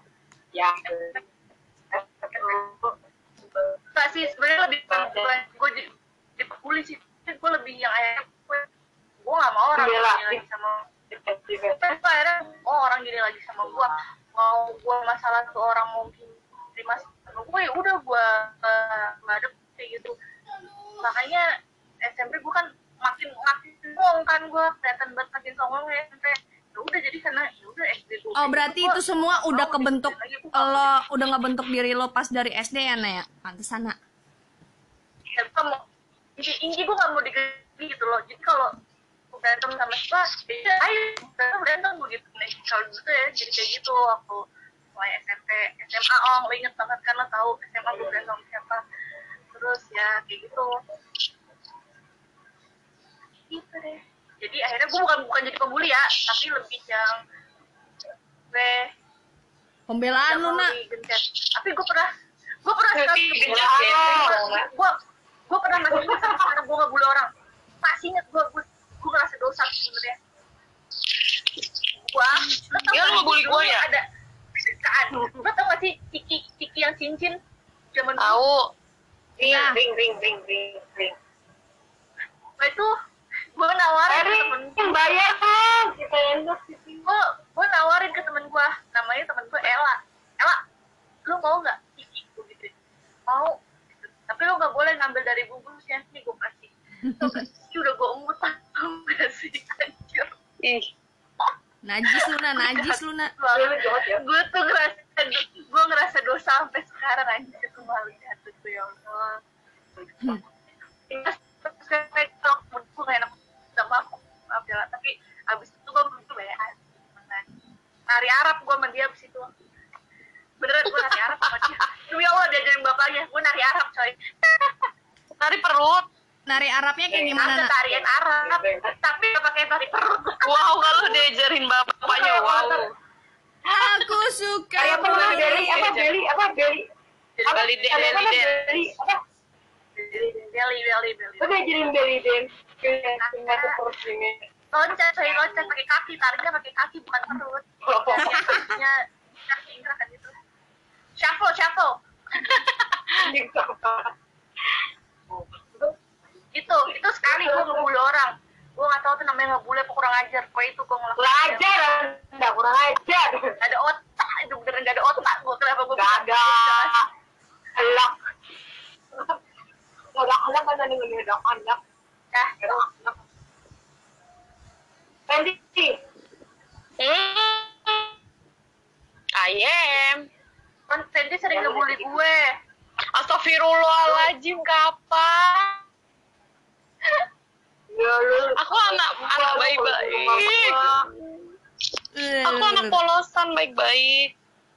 Nggak sih, sebenarnya lebih gue dibully sih, gue lebih yang akhirnya gue nggak mau orang gini lagi sama akhirnya orang gini lagi sama gue, mau gue masalah tuh orang mau terima sama gue, ya udah gue nggak ada kayak gitu. Makanya SMP gue kan makin ngomong kan, gue kelihatan banget makin songongnya sampai ya udah, jadi karena ya udah SD tuh. Oh, berarti itu semua udah kebentuk, lo udah ngebentuk diri lo pas dari SD ya, Nak ya? Pantesan, Nak. Ya, gue mau inti gue nggak mau digini gitu loh. Jadi kalau berantem sama siapa, ya ayo berantem begitu. Nah, kalau gitu ya jadi kayak gitu waktu mulai SMP, SMA. Lo inget banget kan, lo tahu SMA gue berantem sama siapa. Terus ya kayak gitu deh. Jadi akhirnya gue bukan jadi pembuli ya, tapi lebih yang gue Pembelaan lu, Nak. tapi gue pernah sekali gue pernah masih ingat sampai sekarang gue nggak bully orang, masih inget gue ngerasa dosa sebenarnya. Lo tau Ya, lu ngebully gue ya? Ada kan, lo tau gak sih Ciki yang cincin zaman dulu? Tahu. ring. Nah, itu gue nawarin ke temen Yang bayar kan kita endorse gue nawarin ke temen gue, namanya temen gue Ella, lu mau nggak Ciki? Gue gitu, mau gitu. Tapi lu nggak boleh ngambil dari bungkusnya, nih gue kasih. Ciki udah gue umut, tau gak sih, anjir. Najis lu, Nak. Gue tuh ngerasa dosa sampai sekarang, anjir. Itu malu jatuh tuh, ya Allah. Terus kayak gue gak enak sama aku, maaf ya, tapi abis itu gue bayar nari Arab gue sama dia abis itu. Beneran gue nari Arab sama dia. Demi Allah diajarin bapaknya, gue nari Arab coy. Nari perut. Nari Arabnya kayak gimana, Ada Nak? tarian Arab, tapi gak pakai tari perut. Wow, kalau diajarin bapaknya, wow. Aku suka Kayak apa namanya Beli? Apa Beli? Apa Beli? Apa? Bali Ada apa Bali namanya Beli? Apa? Beli. Lo diajarin Beli dance. Kayak masuk perut ini. Loncat pakai kaki, tarinya pakai kaki bukan perut. Kakinya kaki gerakan gitu. Shuffle. itu sekali gue ngebully orang. Gue nggak tahu tuh namanya ngebully apa kurang ajar. Pokoknya itu gue ngelakuin. Kurang ajar, enggak kurang ajar. Ada otak, itu beneran gak ada otak. Gue kenapa gue Gak ada. Elak. Elak kan ada ngedak anak. Elak. Fendi. Ayem. Kan Fendi sering ngebully gue. Astagfirullahaladzim, kapan? Ya lu. Aku anak baik-baik. Aku anak polosan baik-baik.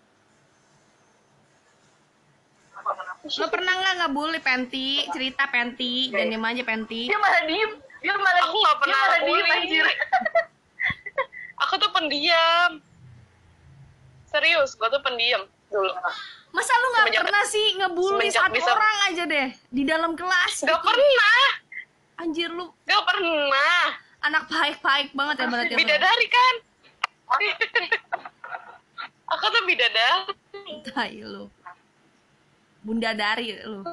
Lo pernah nggak ngebully Penti? Cerita Penti, dan diem aja Penti. Dia malah diem. Aku nggak pernah dia malah diem bully. anjir. Aku tuh pendiam. Serius, gue tuh pendiam dulu. Masa lu nggak Semenjak- pernah sih ngebully semenjak satu bisa- orang aja deh di dalam kelas? Gak pernah. Anjir lu Gak pernah. anak baik-baik banget ya berarti. lu. Bidadari kan? Aku tuh bidadari. Tai lu. Bunda dari lu.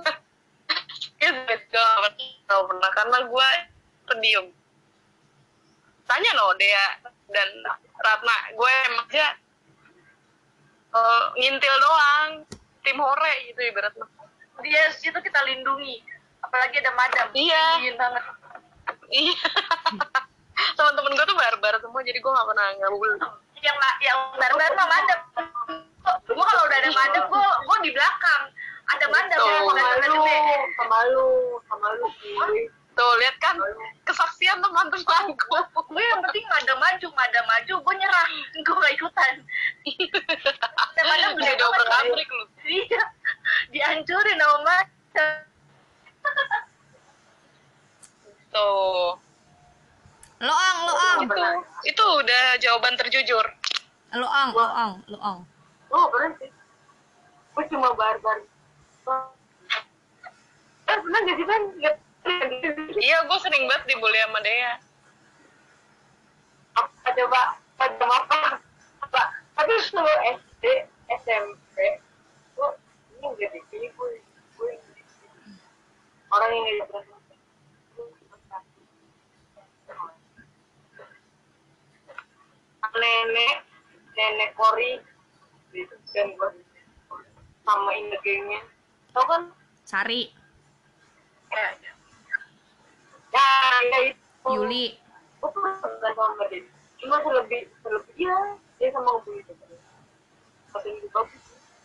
Gak pernah karena gue pendiam. Tanya loh Dea dan Ratna, gue emang aja ngintil doang, tim hore gitu ibaratnya. Dia itu kita lindungi. Apalagi ada madam. Iya. Lindungin banget. Iya. Teman-teman gue tuh barbar semua, jadi gue gak pernah ngabul. Yang barbar mah madam. Gue kalau udah ada madam, gue di belakang. Ada madam Tuh. yang Sama lu. Tuh lihat kan kesaksian teman-temanku. gue yang penting madam maju, gue nyerah, gue gak ikutan. Dan madam gede Udah banget. berakrik lu. Iya, dihancurin sama madam. Tuh. Loong. Itu udah jawaban terjujur. Loong. Oh, berhenti. Gue cuma barbar. Pernah gak sih kan? Iya, gue sering banget dibully sama Dea. Apa coba? Apa? Tapi kalau SD, SMP, gue ini gak di sini, gue orang yang gak pernah. Nenek Kori, dan gue sama Indegengnya. Tau kan? Sari, Ya itu. Yuli. Gue pernah sama dia. Cuma selebih dia sama gue itu. Katanya itu bagus.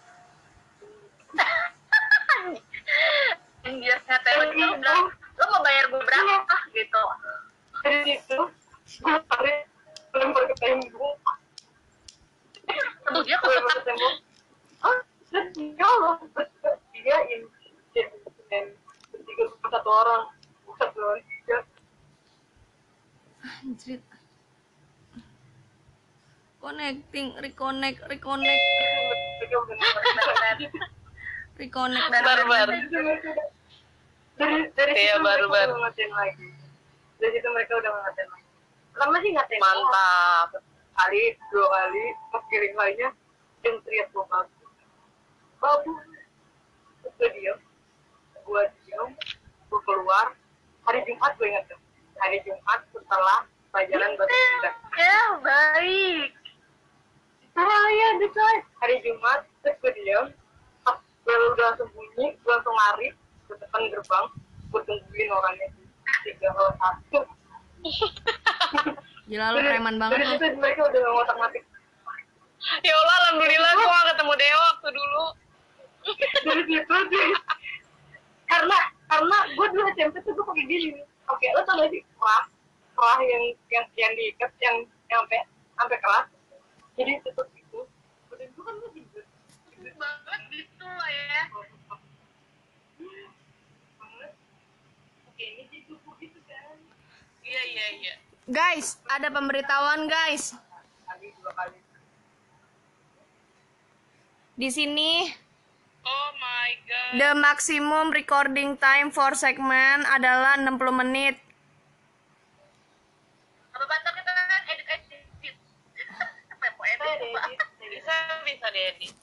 Dia ngatain lo gitu, bilang, lo mau bayar gue berapa gitu. Dari situ, gue tarik lempar ke tembok. Terus dia Gue lempar ke tembok. Hah? Dan nyolong. Dia ini. Dan tiga satu orang. Satu orang tiga. Anjir. Reconnect. Mereka udah Reconnect. Barbar. dari Iya, situ mereka baru-baru. udah ngatain lagi. Dari situ mereka udah ngatain lagi. Lama sih ngatain. Mantap. Kali, 2 kali, pas kirim lainnya, yang teriak gue babu. Terus gue diem, gue keluar. Hari Jumat gue ingat tuh. Hari Jumat setelah pelajaran bahasa Sunda. ya baik. Setelah ya, dekat. Hari Jumat, terus gue diem. Pas gue udah langsung bunyi, gue langsung lari ke depan gerbang. Gue tungguin orangnya 3-1. Gila lu preman banget Dari lu. situ mereka udah ngotak-ngatik. Ya Allah, alhamdulillah gue gak ketemu Dea waktu dulu. Dari situ sih. Karena gue dulu SMP tuh gue pakai gini. Oke, lo tau gak sih kerah yang diikat yang sampai keras. jadi tutup itu badan gue kan gendut banget gitu lah ya. banget oke ini sih tubuh gitu kan Iya. Guys, ada pemberitahuan guys. kali 2 kali Di sini Oh my god. the maximum recording time for segment adalah 60 menit. Apa bantar kita kan edit. Apa edit? Bisa diedit.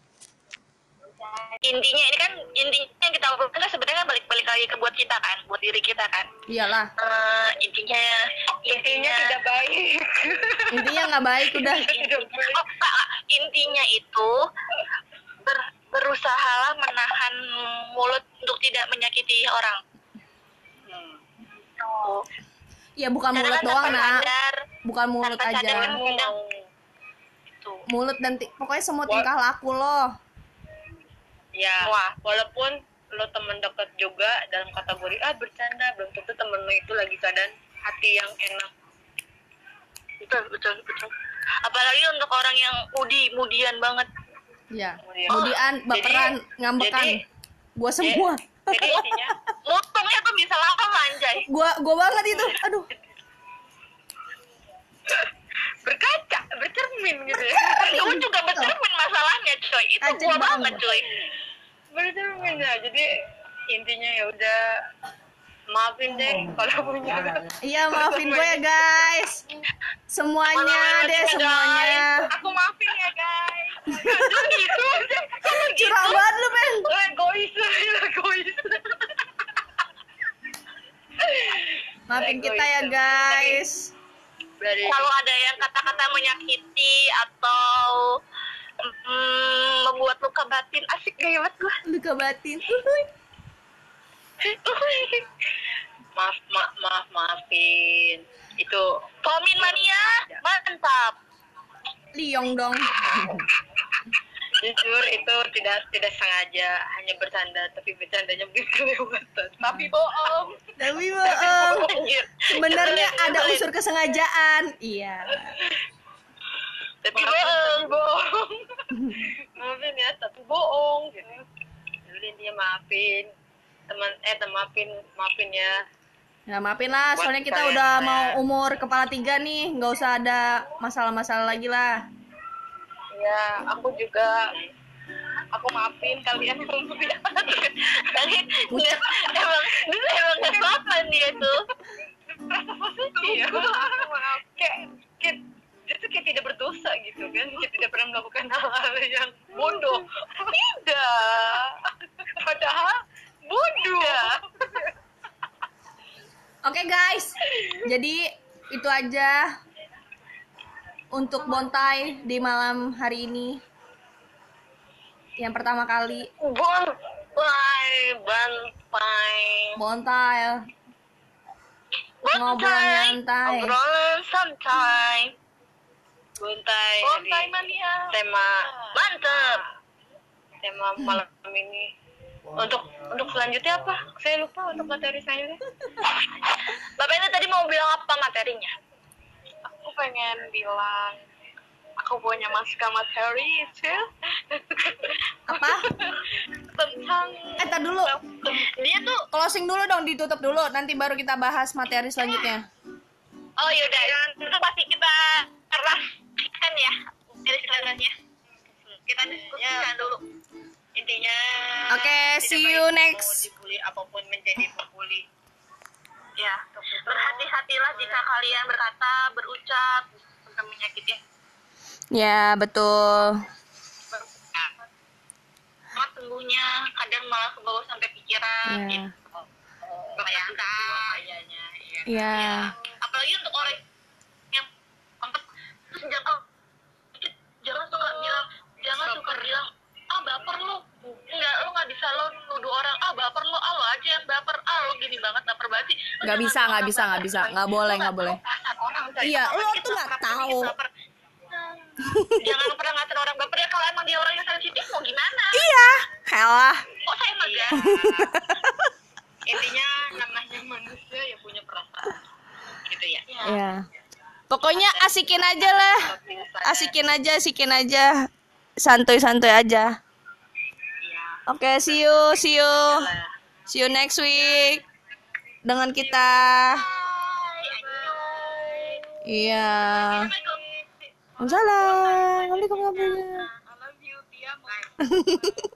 Intinya ini kan intinya yang kita obrolkan kan sebenarnya balik lagi ke buat kita kan, buat diri kita kan. Iyalah. Intinya Tidak baik. Intinya nggak baik udah. Intinya itu berusahalah menahan mulut untuk tidak menyakiti orang. Tuh. Ya bukan Karena mulut kan doang, tanpa Nak. sadar, Bukan mulut tanpa sadar kan aja. kadang itu. Mulut dan pokoknya semua tingkah laku lo. Ya, Wah. walaupun lo temen deket juga dalam kategori bercanda, belum tentu temen lo itu lagi keadaan hati yang enak. Betul. Apalagi untuk orang yang mudian banget. Ya. Kemudian, Kemudian baperan, ngambekan. Gua semua. jadi intinya Motongnya tuh bisa lama anjay. Gua banget itu. Aduh. berkaca, bercermin gitu ya. Lu juga bercermin masalahnya coy. Itu Anjir gua banget. banget coy. Bercermin ya. Jadi intinya ya udah maafin deh kalau punya. Iya, maafin gue ya, guys. Semuanya deh, semuanya. Aku maafin ya guys. Gitu. Curang banget lu, Ben. Lo egois. Maafin kita ya, guys. Dari Kalau ada yang kata-kata menyakiti atau membuat luka batin, asik gaya banget gua. Luka batin. maafin. Itu Pomin mania, mantap. Liong dong. jujur itu tidak sengaja, hanya bercanda, tapi bercandanya begitu kelewatan. Tapi bohong. Tapi bohong. Anjir. Sebenarnya ada unsur kesengajaan. Iya. Tapi bohong. Maafin ya, tapi bohong gitu. Jadi dia maafin. Maafin ya. Ya maafin lah, soalnya kita Buat udah kalian, mau umur kepala 3 nih, nggak usah ada masalah-masalah lagi lah. Ya, aku maafin kalian yang muda. Tadi emang kesopan dia tuh. Iya. Kayak dia tuh kayak tidak berdosa gitu kan, kayak tidak pernah melakukan hal-hal yang bodoh. Tidak. Padahal bodoh. Oke guys, jadi itu aja untuk Bontai di malam hari ini. Yang pertama kali Bontai ngobrol nyantai. Obrolan santai. Bontai Mania. tema Mantep. malam ini. Untuk selanjutnya apa? Saya lupa untuk materi selanjutnya. Bapak itu tadi mau bilang apa materinya? Aku pengen bilang aku punya materi itu Apa? tentang Tar dulu. Dia tuh, Closing dulu dong, ditutup dulu. Nanti baru kita bahas materi selanjutnya. oh yaudah, itu pasti kita rasakan ya dari selanjutnya. Kita diskusikan dulu. Intinya. Oke, tidak see baik you mau next. dibully apapun menjadi pembuli. Ya, berhati-hatilah jika kalian berkata, berucap, tentang menyakiti. Ya, betul. Mas sungguhnya kadang malah kebawa sampai pikiran. Ya. Gitu. Bayangkan. Ya. Apalagi untuk orang yang terus jangan suka bilang baper lu. Enggak, lu nggak bisa lo nuduh orang baper lu, lo aja yang baper, lo gini banget baper banget sih. Nggak bisa, nggak boleh. Iya, lo tuh nggak tahu. Jangan pernah ngatain orang baper ya, kalau emang dia orang yang sensitif mau gimana? Iya, helah. Kok saya enggak? intinya namanya manusia ya punya perasaan gitu ya. Ya. Pokoknya asikin aja lah. Asikin aja. Santuy-santuy aja. Oke, see you next week dengan kita. Iya. Waalaikumsalam. I love you, Tia.